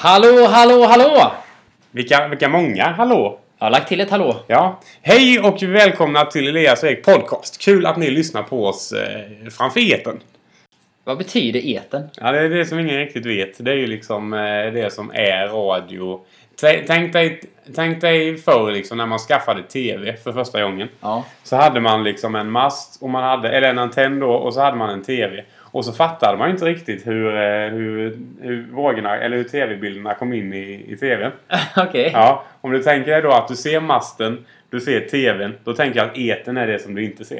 Hallå! Vilka många hallå? Jag har lagt till ett hallå. Ja. Hej och välkomna till Elias och Erik podcast. Kul att ni lyssnar på oss framför etern. Vad betyder etern? Ja, det är det som ingen riktigt vet. Det är ju liksom det som är radio. Tänk dig förr liksom när man skaffade tv för första gången. Ja. Så hade man liksom en mast och man hade, eller en antenn då, och så hade man en tv. Och så fattade man inte riktigt hur vågorna eller hur tv-bilderna kom in i tvn. Okej. Ja, om du tänker dig då att du ser masten, du ser tvn, då tänker jag att etern är det som du inte ser.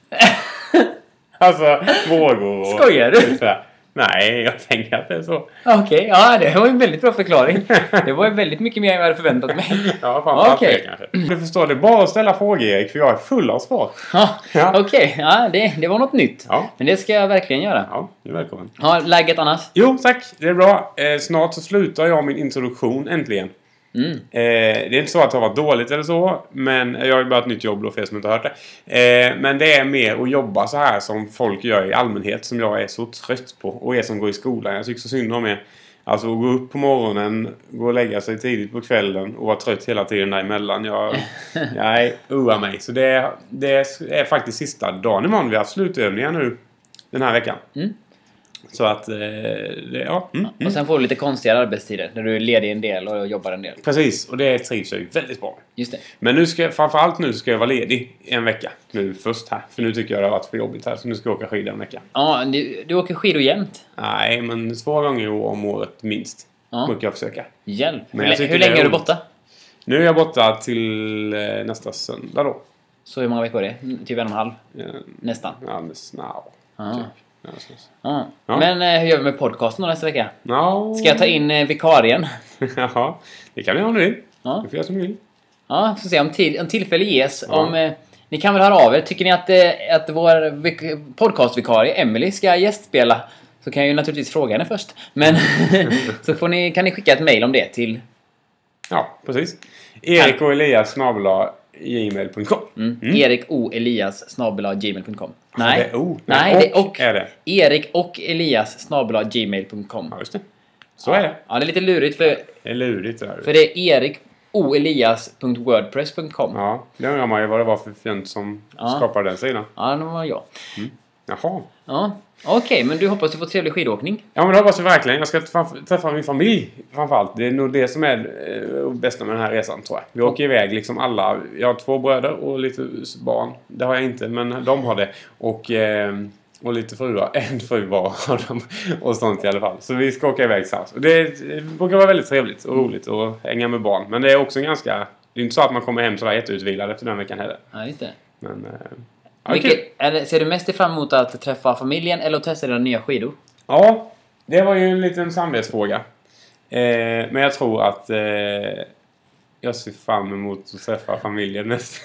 Alltså vågor och... Skojar du? Nej, jag tänker att det är så. Okej, ja, det var en väldigt bra förklaring. Det var väldigt mycket mer än jag hade förväntat mig. Ja, fan det kanske. Du förstår, det är bara att ställa frågor, Erik, för jag är full av svar. Ja. Okej, ja, det var något nytt. Ja. Men det ska jag verkligen göra. Ja, du är välkommen. Ja, läget annars? Jo, tack. Det är bra. Snart så slutar jag min introduktion, äntligen. Det är inte så att det har varit dåligt eller så, men jag har ju börjat ett nytt jobb då för er som inte har hört det. Men det är mer att jobba så här som folk gör i allmänhet, som jag är så trött på. Och er som går i skolan, jag tycker så synd om er. Alltså att gå upp på morgonen, gå och lägga sig tidigt på kvällen och vara trött hela tiden däremellan. Jag oar mig. Så det är faktiskt sista dagen imorgon. Vi har haft slutövningar nu den här veckan. Så att, Och sen får du lite konstigare arbetstider när du är ledig en del och jobbar en del. Precis, och det trivs jag ju väldigt bra. Just det. Men nu framförallt nu ska jag vara ledig en vecka. Nu först här. För nu tycker jag det har varit för jobbigt här. Så nu ska jag åka skidor en vecka. Ja, du åker skidor jämt? Nej, men 2 gånger om året minst. Brukar jag försöka. Hjälp. Men hur länge är du borta? Nu är jag borta till nästa söndag då. Så hur många veckor är det? Typ 1,5? Nästan. Ja, men typ. Ja. Men hur gör vi med podcasten då nästa vecka? No. Ska jag ta in vikarien? Ja, det kan vi ha nu. Ja. Det får jag som vill. Ja, får se om tillfälle ges. Ja. Ni kan väl höra av er. Tycker ni att vår podcastvikarie Emily ska gästspela, så kan jag ju naturligtvis fråga henne först. Men så kan ni skicka ett mejl om det till... Ja, precis. Erik och Elias @gmail.com. Erik O. Elias @gmail.com. Nej, det är O. Nej, det är och. Är det. Erik och Elias @gmail.com. Ja, just det. Så är det. Ja, det är lite lurigt för... Det är lurigt det här. För det är erikoelias.wordpress.com. Ja, det undrar man ju vad det var för fint som skapade den sidan. Ja, det var jag. Jaha. Ja, okej, men du hoppas du får trevlig skidåkning? Ja, men det hoppas jag verkligen. Jag ska träffa min familj framförallt. Det är nog det som är det bästa med den här resan, tror jag. Vi åker iväg liksom alla. Jag har 2 bröder och lite barn. Det har jag inte, men de har det. Och lite fruar. En fru var av dem. Och sånt i alla fall. Så vi ska åka iväg tillsammans. Och det brukar vara väldigt trevligt och roligt att hänga med barn. Men det är också ganska... Det är inte så att man kommer hem sådär jätteutvilad efter den veckan heller. Ja, just det. Men... Ser du mest fram emot att träffa familjen eller att testa dina nya skidor? Ja, det var ju en liten samvetsfråga. Men jag tror att jag ser fram emot att träffa familjen mest.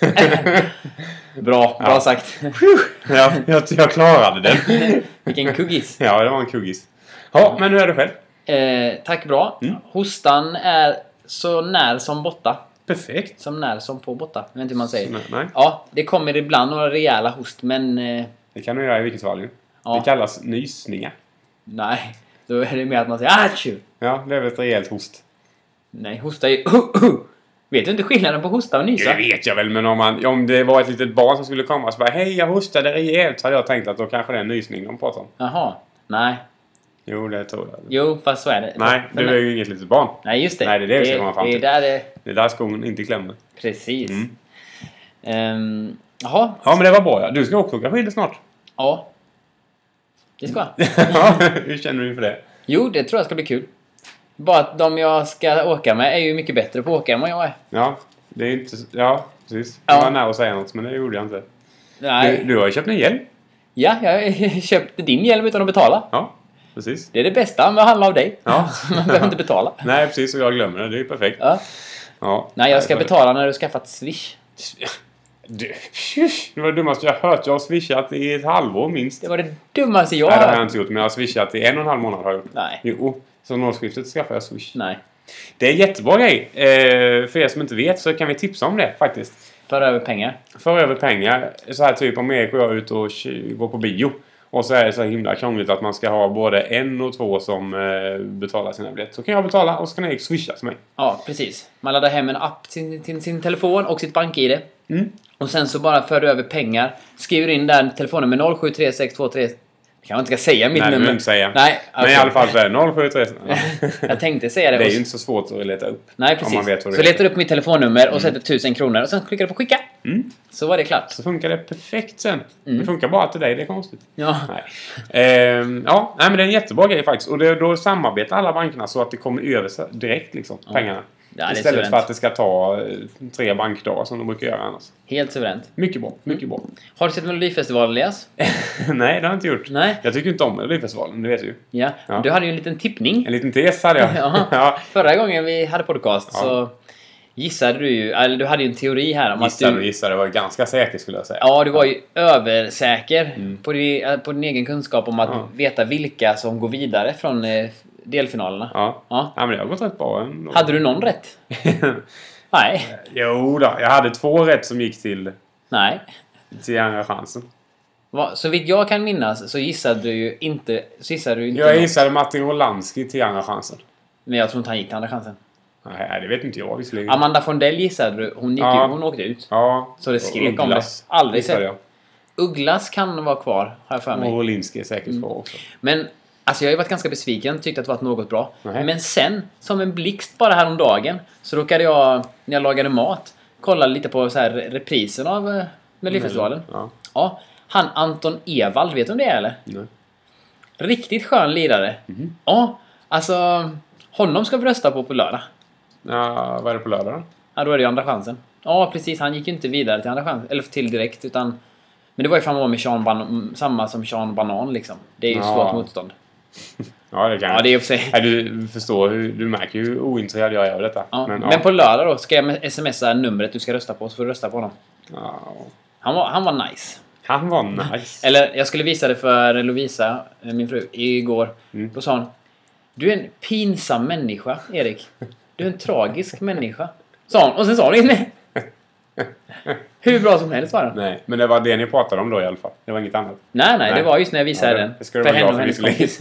Bra sagt. Ja, jag klarade den. Vilken kuggis. Ja, det var en kuggis. Ja, men nu är du själv. Tack, bra. Hostan är så när som borta. Perfekt. Som när som på borta. Jag vet inte hur man säger. Nej. Ja, det kommer ibland några rejäla host, men... Det kan du göra i vilket fall. Ja. Det kallas nysningar. Nej, då är det mer att man säger Achoo! Ja, det är väl ett rejält host. Nej, hosta är ju... Vet du inte skillnaden på hosta och nysa? Det vet jag väl, men om det var ett litet barn som skulle komma och så bara hej, jag hostade rejält, så hade jag tänkt att då kanske det är en nysning de pratar om. Jaha, nej. Jo, det tror jag. Jo, fast så är det. Nej, du är ju inget litet barn. Nej, just det. Nej, det är det vi ska komma fram till. Det är där skon inte klämmer. Precis. Jaha. Ja, men det var bra. Ja. Du ska också åka skidor snart. Ja. Det ska jag. Ja, hur känner du inför det? Jo, det tror jag ska bli kul. Bara att de jag ska åka med är ju mycket bättre på att åka än vad jag är. Ja, det är inte... Ja, precis. Jag var nära att säga något, men det gjorde jag inte. Nej. Du har ju köpt en hjälm. Ja, jag köpte din hjälm utan att betala. Ja, precis. Det är det bästa med att handla av dig. Ja. Man behöver inte betala. Nej, precis. Och jag glömmer det. Det är perfekt. Ja. Nej, jag ska betala när du skaffat Swish. Det var det dummaste jag har hört. Jag har swishat i ett halvår minst. Det var det dummaste jag har hört. Nej, det hört. har jag inte gjort. Men jag har swishat i 1,5 månad har jag gjort. Nej. Jo, så årsskiftet skaffade jag Swish. Nej. Det är en jättebra grej. För er som inte vet så kan vi tipsa om det faktiskt. För över pengar. För över pengar. Så här typ om Erik och jag är ute och går på bio. Och så är det så himla krångligt att man ska ha både en och två som betalar sina biljetter. Så kan jag betala och så kan Erik swisha till mig. Ja, precis. Man laddar hem en app till sin telefon och sitt bank-ID. Och sen så bara för över pengar. Skriver in där telefonnummer 073623. Jag inte ska säga mitt nummer. Nej, inte säga. Nej, okay. Men i alla fall så är det 073. Jag tänkte säga det. Det är ju inte så svårt att leta upp. Nej, precis. Om man vet vad det så letar du upp mitt telefonnummer och sätter 1000 kronor. Och sen klickar du på skicka. Så var det klart. Så funkar det perfekt sen. Det funkar bara till dig, det är konstigt. Ja. Nej. Nej, men det är en jättebra grej faktiskt. Och då samarbetar alla bankerna så att det kommer över direkt liksom, pengarna. Ja, istället för att det ska ta 3 bankdagar som de brukar göra annars. Helt suveränt. Mycket bra, mycket bra. Har du sett Melodifestivalen, Elias? Nej, det har jag inte gjort. Nej. Jag tycker inte om Melodifestivalen, det vet du ju. Ja. Du hade ju en liten tippning. En liten tes hade jag. Ja. Förra gången vi hade podcast så gissade du ju, eller du hade ju en teori här om att du... Gissade, var ganska säker skulle jag säga. Ja, du var ju översäker på din egen kunskap om att veta vilka som går vidare från delfinalerna. Ja, men det har gått rätt bra ändå. Hade du någon rätt? Nej. Jo då, jag hade 2 rätt som gick till andra chansen. Så vitt jag kan minnas så gissade du ju inte... Jag gissade Martin Wolanski till andra chansen. Men jag tror inte han gick till andra chansen. Nej, det vet inte jag visserligen. Amanda Fondell gissade du. Hon åkte ut. Ja. Så det skrek om det. Aldrig sett. Jag. Ugglas kan vara kvar, har jag för mig. Och Wolinski är säkert kvar också. Men... Alltså jag har ju varit ganska besviken, tyckte att det var något bra. Men sen, som en blixt bara häromdagen, så råkade jag, när jag lagade mat, kolla lite på så här reprisen av Melodifestivalen. Ja. Han Anton Ewald, vet du om det är eller? Nej. Riktigt skön lirare. Ja, alltså honom ska vi rösta på lördag. Ja, vad är det på lördag då? Ja, då är det ju andra chansen. Ja, precis. Han gick ju inte vidare till andra chansen, eller till direkt, utan... Men det var ju framför med samma som Sean Banan liksom. Det är ju svårt motstånd. Ja, det kan det är ju för sig. Du förstår, du märker hur ointresserad jag är av detta. Ja. Men på lördag då ska jag smsa numret du ska rösta på, så får du rösta på honom. Ja. Han var nice. Han var nice. Eller jag skulle visa det för Lovisa, min fru, igår. Då sa hon: du är en pinsam människa, Erik. Du är en tragisk människa. Sa hon. Och sen sa hon inte. Hur bra som helst var den. Nej, men det var det ni pratade om då i alla fall. Det var inget annat. Nej, det var just när jag visade den. Det skulle vara henne och hennes kompis.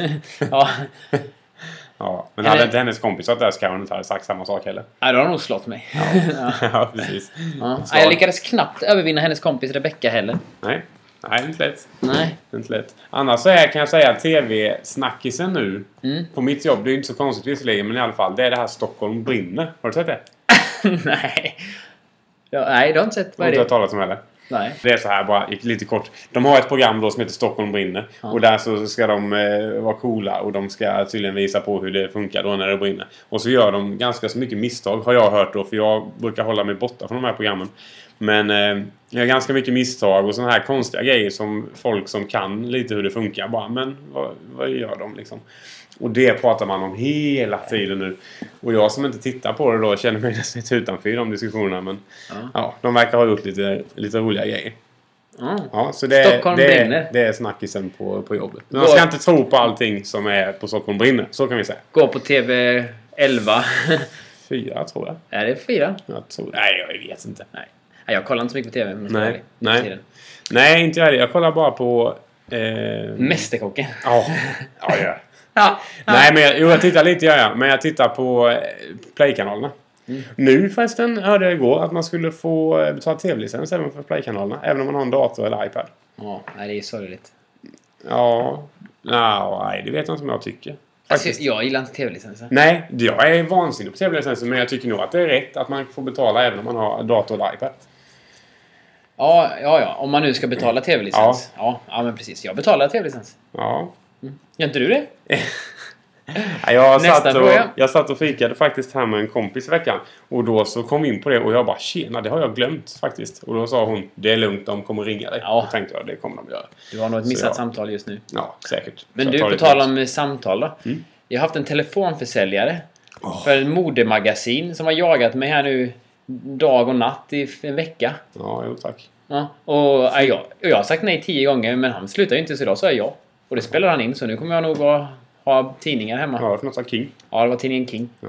Men hade inte hennes kompis varit där så kan hon inte ha sagt samma sak heller. Nej, då har hon nog slått mig. Ja, precis. Jag lyckades knappt övervinna hennes kompis Rebecca heller. Nej, inte lätt. Nej. Inte lätt. Annars så kan jag säga att tv-snackisen nu på mitt jobb, det är inte så konstigt visserligen, men i alla fall, det är det här Stockholm brinner. Har du sett det? Nej. Nej, du har inte sett. Vad är det? Du har talat om heller. Nej. Det är så här bara lite kort. De har ett program då som heter Stockholm brinner. Och där så ska de vara coola. Och de ska tydligen visa på hur det funkar då när det brinner. Och så gör de ganska så mycket misstag har jag hört då. För jag brukar hålla mig borta från de här programmen. Men jag har ganska mycket misstag och såna här konstiga grejer som folk som kan lite hur det funkar. Bara, men vad gör de liksom? Och det pratar man om hela tiden nu. Och jag som inte tittar på det då känner mig nästan utanför de diskussionerna. Men de verkar ha gjort lite roliga grejer. Ja, så det är snackisen på jobbet. Men man ska inte tro på allting som är på Stockholm brinner. Så kan vi säga. Gå på TV 11. 4 tror jag. Är det 4? Nej, jag vet inte. Nej, jag kollar inte så mycket på TV. Nej, inte jag. Jag kollar bara på... Mästerkocken. Ja. Nej, men jag tittar lite men jag tittar på Play-kanalerna. Nu förresten hörde jag igår att man skulle få betala tv-licens även för Play-kanalerna, även om man har en dator eller iPad. Ja, nej, det är sorgligt. Nej, det vet jag inte om jag tycker. Alltså, jag gillar inte tv-licenser. Nej, jag är vansinnig på tv-licenser, men jag tycker nog att det är rätt att man får betala även om man har dator eller iPad. Ja. Om man nu ska betala tv-licens. Ja, men precis. Jag betalar tv-licens. Ja. Gör inte du det? Jag satt och fikade faktiskt här med en kompis i veckan. Och då så kom vi in på det och jag bara, tjena, det har jag glömt faktiskt. Och då sa hon, det är lugnt, de kommer ringa dig. Och tänkte jag, det kommer de göra. Du har nog ett missat samtal just nu. Ja, säkert. Men du, på tal om samtal då. Jag har haft en telefonförsäljare för en modemagasin som har jagat mig här nu dag och natt i en vecka. Ja, jo tack. Ja, och jag har sagt nej 10 gånger, men han slutar ju inte, så idag så är jag. Och det spelar han in, så nu kommer jag nog ha tidningar hemma. Ja, det var något av King. Ja, det var tidningen King. Ja.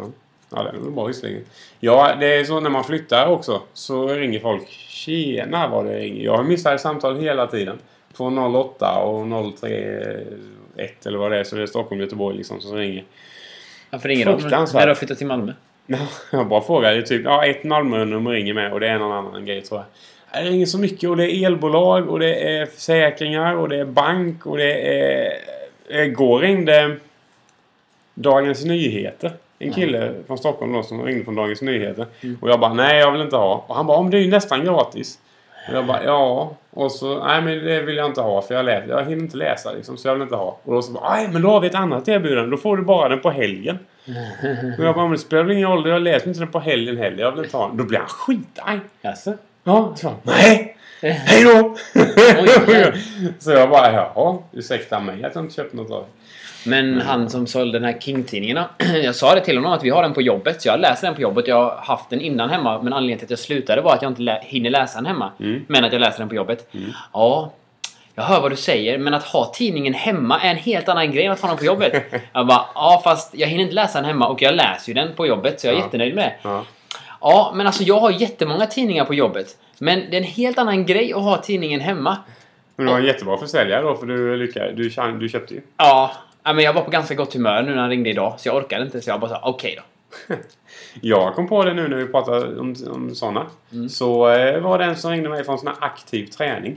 Ja, det är väl bra visserligen. Ja, det är så när man flyttar också. Så ringer folk. Tjena vad det ringer. Jag har missat samtal hela tiden. På 08 och 031 eller vad det är. Så det är Stockholm, Göteborg liksom som ringer. Varför ringer de? När du har flyttat till Malmö? Ja, bra fråga. Det är typ, ett Malmö-nummer ringer med och det är någon annan grej tror jag. Det ringer så mycket och det är elbolag och det är försäkringar och det är bank och det är... Igår ringde Dagens Nyheter. En kille från Stockholm då, som ringde från Dagens Nyheter. Och jag bara, nej jag vill inte ha. Och han bara, det är ju nästan gratis. Och jag bara, ja. Och så, nej men det vill jag inte ha för jag hinner inte läsa liksom, så jag vill inte ha. Och då så bara, nej men då har vi ett annat erbjudande. Då får du bara den på helgen. Och jag bara, men det spelar väl ingen roll. Jag läser inte den på helgen heller. Jag vill inte ha den. Då blir han skitarg. Jaså? Ja, så nej! Hej då! Så jag bara, jaha, ursäkta mig att jag inte köpt något av det. Men han som sålde den här King-tidningen, jag sa det till honom att vi har den på jobbet. Så jag läser den på jobbet. Jag har haft den innan hemma. Men anledningen till att jag slutade var att jag inte hinner läsa den hemma. Men att jag läser den på jobbet. Ja, jag hör vad du säger. Men att ha tidningen hemma är en helt annan grej än att ha den på jobbet. Jag bara, ja fast jag hinner inte läsa den hemma. Och jag läser ju den på jobbet. Så jag är jättenöjd med det. Ja, men alltså jag har jättemånga tidningar på jobbet. Men det är en helt annan grej att ha tidningen hemma. Men du var en jättebra försäljare då, för du köpte ju. Ja, men jag var på ganska gott humör nu när han ringde idag. Så jag orkade inte, så jag bara sa okej då. Jag kom på det nu när vi pratade om sådana. Så var det en som ringde mig från sån här aktiv träning.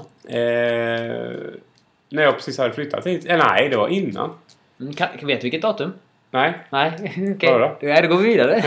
När jag precis hade flyttat hit. Nej, det var innan. Vet du vilket datum? Nej. Nej, okej. Då går vi vidare.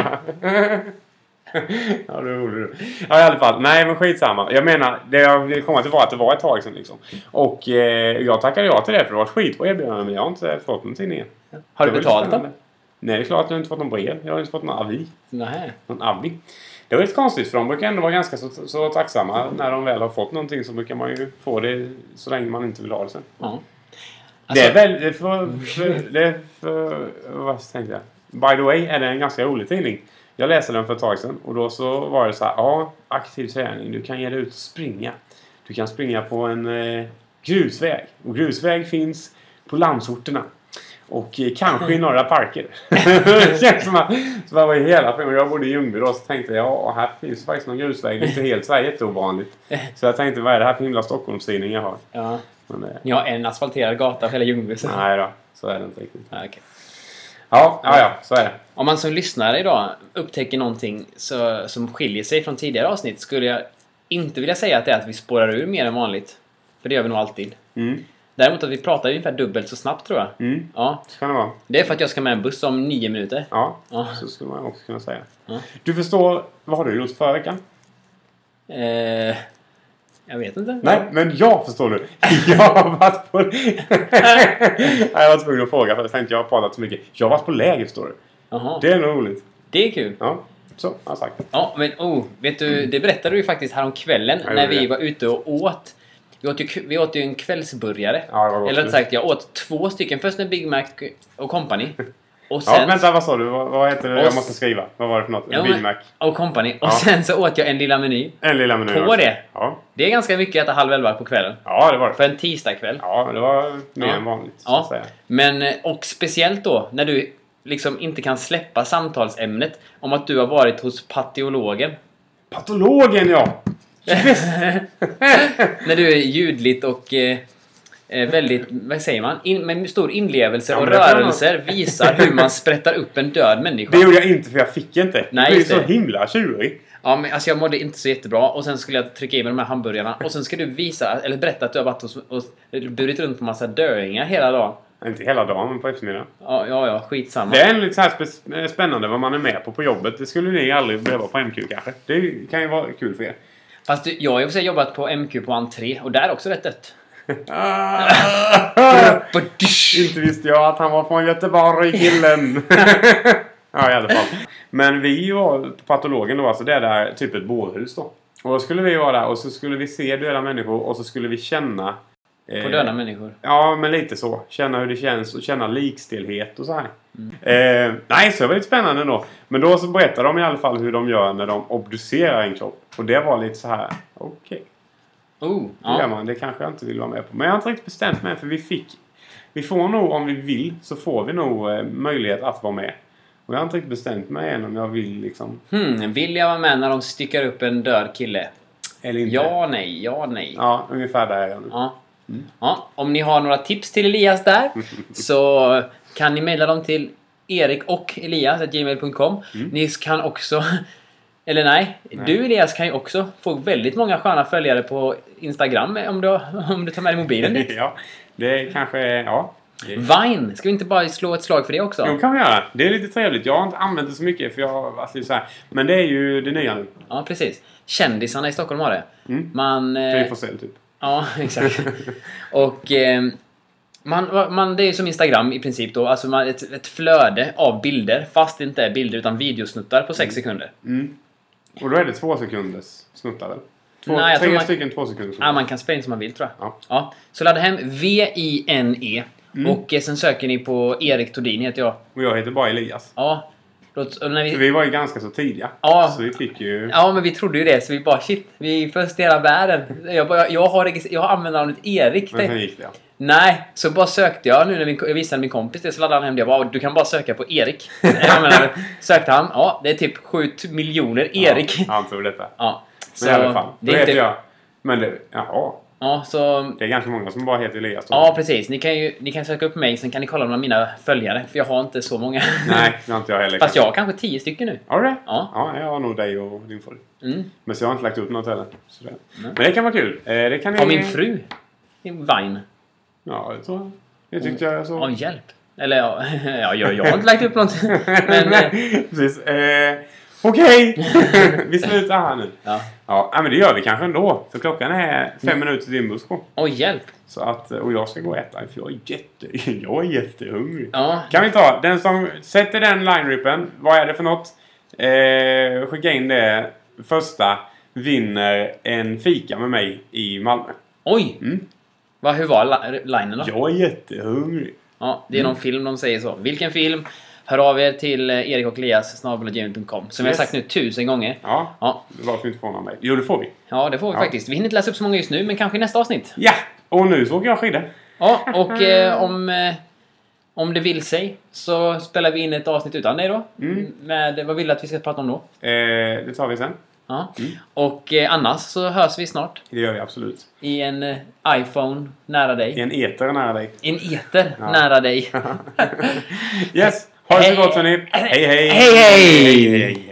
Ja, det är roligt. Ja, i alla fall. Nej, men skitsamma. Jag menar, det kommer till att det var ett tag sedan liksom. Och jag tackade ja till det för det var skit på erbjudande. Men jag har inte fått någon tidning. Har du betalt då? Nej, det är klart att jag inte fått någon brev. Jag har inte fått någon avi. Nej. Någon avi. Det var lite konstigt för de brukar ändå vara ganska så tacksamma. När de väl har fått någonting så brukar man ju få det så länge man inte vill ha det sen. Ja. Alltså, det är för vad tänkte jag? By the way är det en ganska rolig tidning. Jag läste den för ett tag sedan och då så var det så här, aktiv träning, du kan ge dig ut och springa. Du kan springa på en grusväg. Och grusväg finns på landsorterna. Och kanske i några parker. Det känns som att så var i hela filmen. Jag bodde i Ljungby då så tänkte jag, här finns faktiskt någon grusväg. Det är inte helt så här jätteovanligt. Så jag tänkte, vad är det här för himla Stockholmstidning jag har? Ja. Men, ni har en asfalterad gata för hela Ljungby. Så. Nej då, så är det inte riktigt. Ja, okay. Ja, så är det. Om man som lyssnare idag upptäcker någonting som skiljer sig från tidigare avsnitt skulle jag inte vilja säga att det är att vi spårar ur mer än vanligt. För det gör vi nog alltid. Däremot att vi pratar ungefär dubbelt så snabbt tror jag. Ja, så kan det vara. Det är för att jag ska med en buss om 9 minuter. Ja, så skulle man också kunna säga. Ja. Du förstår, vad har du gjort förra veckan? Jag vet inte. Nej, men jag förstår du. Jag har varit på... Jag var tvungen att fråga för jag tänkte jag har pratat så mycket. Jag har varit på läger, förstår du. Aha. Det är nog roligt. Det är kul. Ja, så har jag sagt. Ja, men vet du, det berättade du ju faktiskt här om kvällen när vi var ute och åt. Vi åt ju en kvällsburgare. Ja, det var gott. Eller rätt sagt, jag åt 2 stycken. Först en Big Mac och Company. Och sen, ja, vänta, vad sa du? Vad heter det? Jag måste skriva. Vad var det för något? En Big Mac. Och Company. Och sen så åt jag en lilla meny. En lilla meny på också. Det. Ja. Det är ganska mycket att äta 11 på kvällen. Ja, det var det. För en tisdagkväll. Ja, det var mer än vanligt. Så att säga. Men, och speciellt då, när du liksom inte kan släppa samtalsämnet om att du har varit hos patologen. Patologen, ja! När du är ljudligt och väldigt, vad säger man? Med stor inlevelse och rörelser visar hur man sprättar upp en död människa. Det gjorde jag inte för jag fick inte. Nej, du är så himla tjurig. Ja, men alltså jag mådde inte så jättebra. Och sen skulle jag trycka i mig de här hamburgarna. Och sen ska du visa, eller berätta att du har varit och burit runt på massa döingar hela dagen. Inte hela dagen, men på eftermiddagen. Ja, skitsamma. Det är lite så här spännande vad man är med på jobbet. Det skulle ni aldrig behöva på MQ kanske. Det kan ju vara kul för er. Fast jag har ju jobbat på MQ på entré. Och där är också rätt dött. Inte visste jag att han var från Göteborg, killen. Ja, i alla fall. Men vi var på patologen då. Alltså det är där typ ett bårhus då. Och då skulle vi vara där och så skulle vi se döda människor. Och så skulle vi känna... På döda människor? Ja, men lite så. Känna hur det känns och känna likstelhet och så här. Nej, så det var lite spännande då. Men då så berättar de i alla fall hur de gör när de obducerar en kropp. Och det var lite så här, okej. Det kanske jag inte vill vara med på. Men jag har inte riktigt bestämt mig för vi får nog, om vi vill, så får vi nog möjlighet att vara med. Och jag har inte riktigt bestämt mig än om jag vill liksom... Vill jag vara med när de styckar upp en död kille? Eller inte. Ja, nej, ja, nej. Ja, ungefär där är jag nu. Ja. Ja, om ni har några tips till Elias där så kan ni mejla dem till Erik och Elias@gmail.com. Ni kan också... Eller nej, du Elias kan ju också få väldigt många sköna följare på Instagram om du tar med dig mobilen dit. Ja, det kanske... Ja. Vine, ska vi inte bara slå ett slag för det också? Jo, kan vi göra. Det är lite trevligt. Jag har inte använt det så mycket för jag har varit lite så här. Men det är ju det nya nu. Ja, precis. Kändisarna i Stockholm har det. Vi får se typ. Ja, exakt. Och det är ju som Instagram i princip då. Alltså ett flöde av bilder. Fast det inte är bilder utan videosnuttar på 6 sekunder. Och då är det 2 sekunders snuttar väl? Nej, 3 stycken 2 sekunder snuttar. Ja, man kan spela in som man vill tror jag. Ja. Ja. Så ladda hem VINE. Och sen söker ni på Erik Tordin heter jag. Och jag heter bara Elias. Ja. För vi var ju ganska så tidiga. Ja. Så vi fick ju... Ja, men vi trodde ju det. Så vi bara shit. Vi är först i hela världen. Jag har använt Erik. Men sen gick det. Nej, så bara sökte jag nu när jag visade min kompis det så laddade han hem det. Jag bara, du kan bara söka på Erik. Sökte han. Ja, det är typ 7 miljoner Erik. Ja, han tror detta. Ja. Men i alla fall. Det är inte... jag. Men det... Jaha. Ja, så... Det är ganska många som bara heter Elias. Ja, precis. Ni kan söka upp mig, sen kan ni kolla med mina följare. För jag har inte så många. Nej, det har inte jag heller. Fast jag har kanske 10 stycken nu. Har du det? Ja. Ja, jag har nog dig och din fru. Men så jag har inte lagt upp något heller. Men det kan vara kul. Det kan Har min fru Vine? Ja, det tror jag. Det tyckte jag så. Ja, hjälp. Eller jag har inte lagt upp något. Men... Precis. Okej. Vi slutar här nu. Ja. Ja, men det gör vi kanske ändå. För klockan är 5 minuter till din busko. Hjälp. Så att, och jag ska gå och äta. För jag är jättehungrig. Ja. Kan vi ta den som sätter den line-rippen. Vad är det för något? Skicka in det. Första vinner en fika med mig i Malmö. Oj. Hur var linen då? Jag är jättehungrig. Ja, det är någon film de säger så. Vilken film? Hör av er till Erik och Elias @gmail.com. Som jag har sagt nu 1000 gånger. Ja. Varför inte få någon mig? Jo, det får vi. Ja, det får vi faktiskt. Vi hinner inte läsa upp så många just nu, men kanske i nästa avsnitt. Ja, och nu så åker jag skidor. Ja, och om det vill sig så spelar vi in ett avsnitt utan dig då. Vad vill du att vi ska prata om då? Det tar vi sen. Ja. Och annars så hörs vi snart. Det gör vi absolut. I en iPhone nära dig. I en eter nära dig. I en eter nära dig. Yes. Ha det så gott hörni. Hej hej. Hej hej.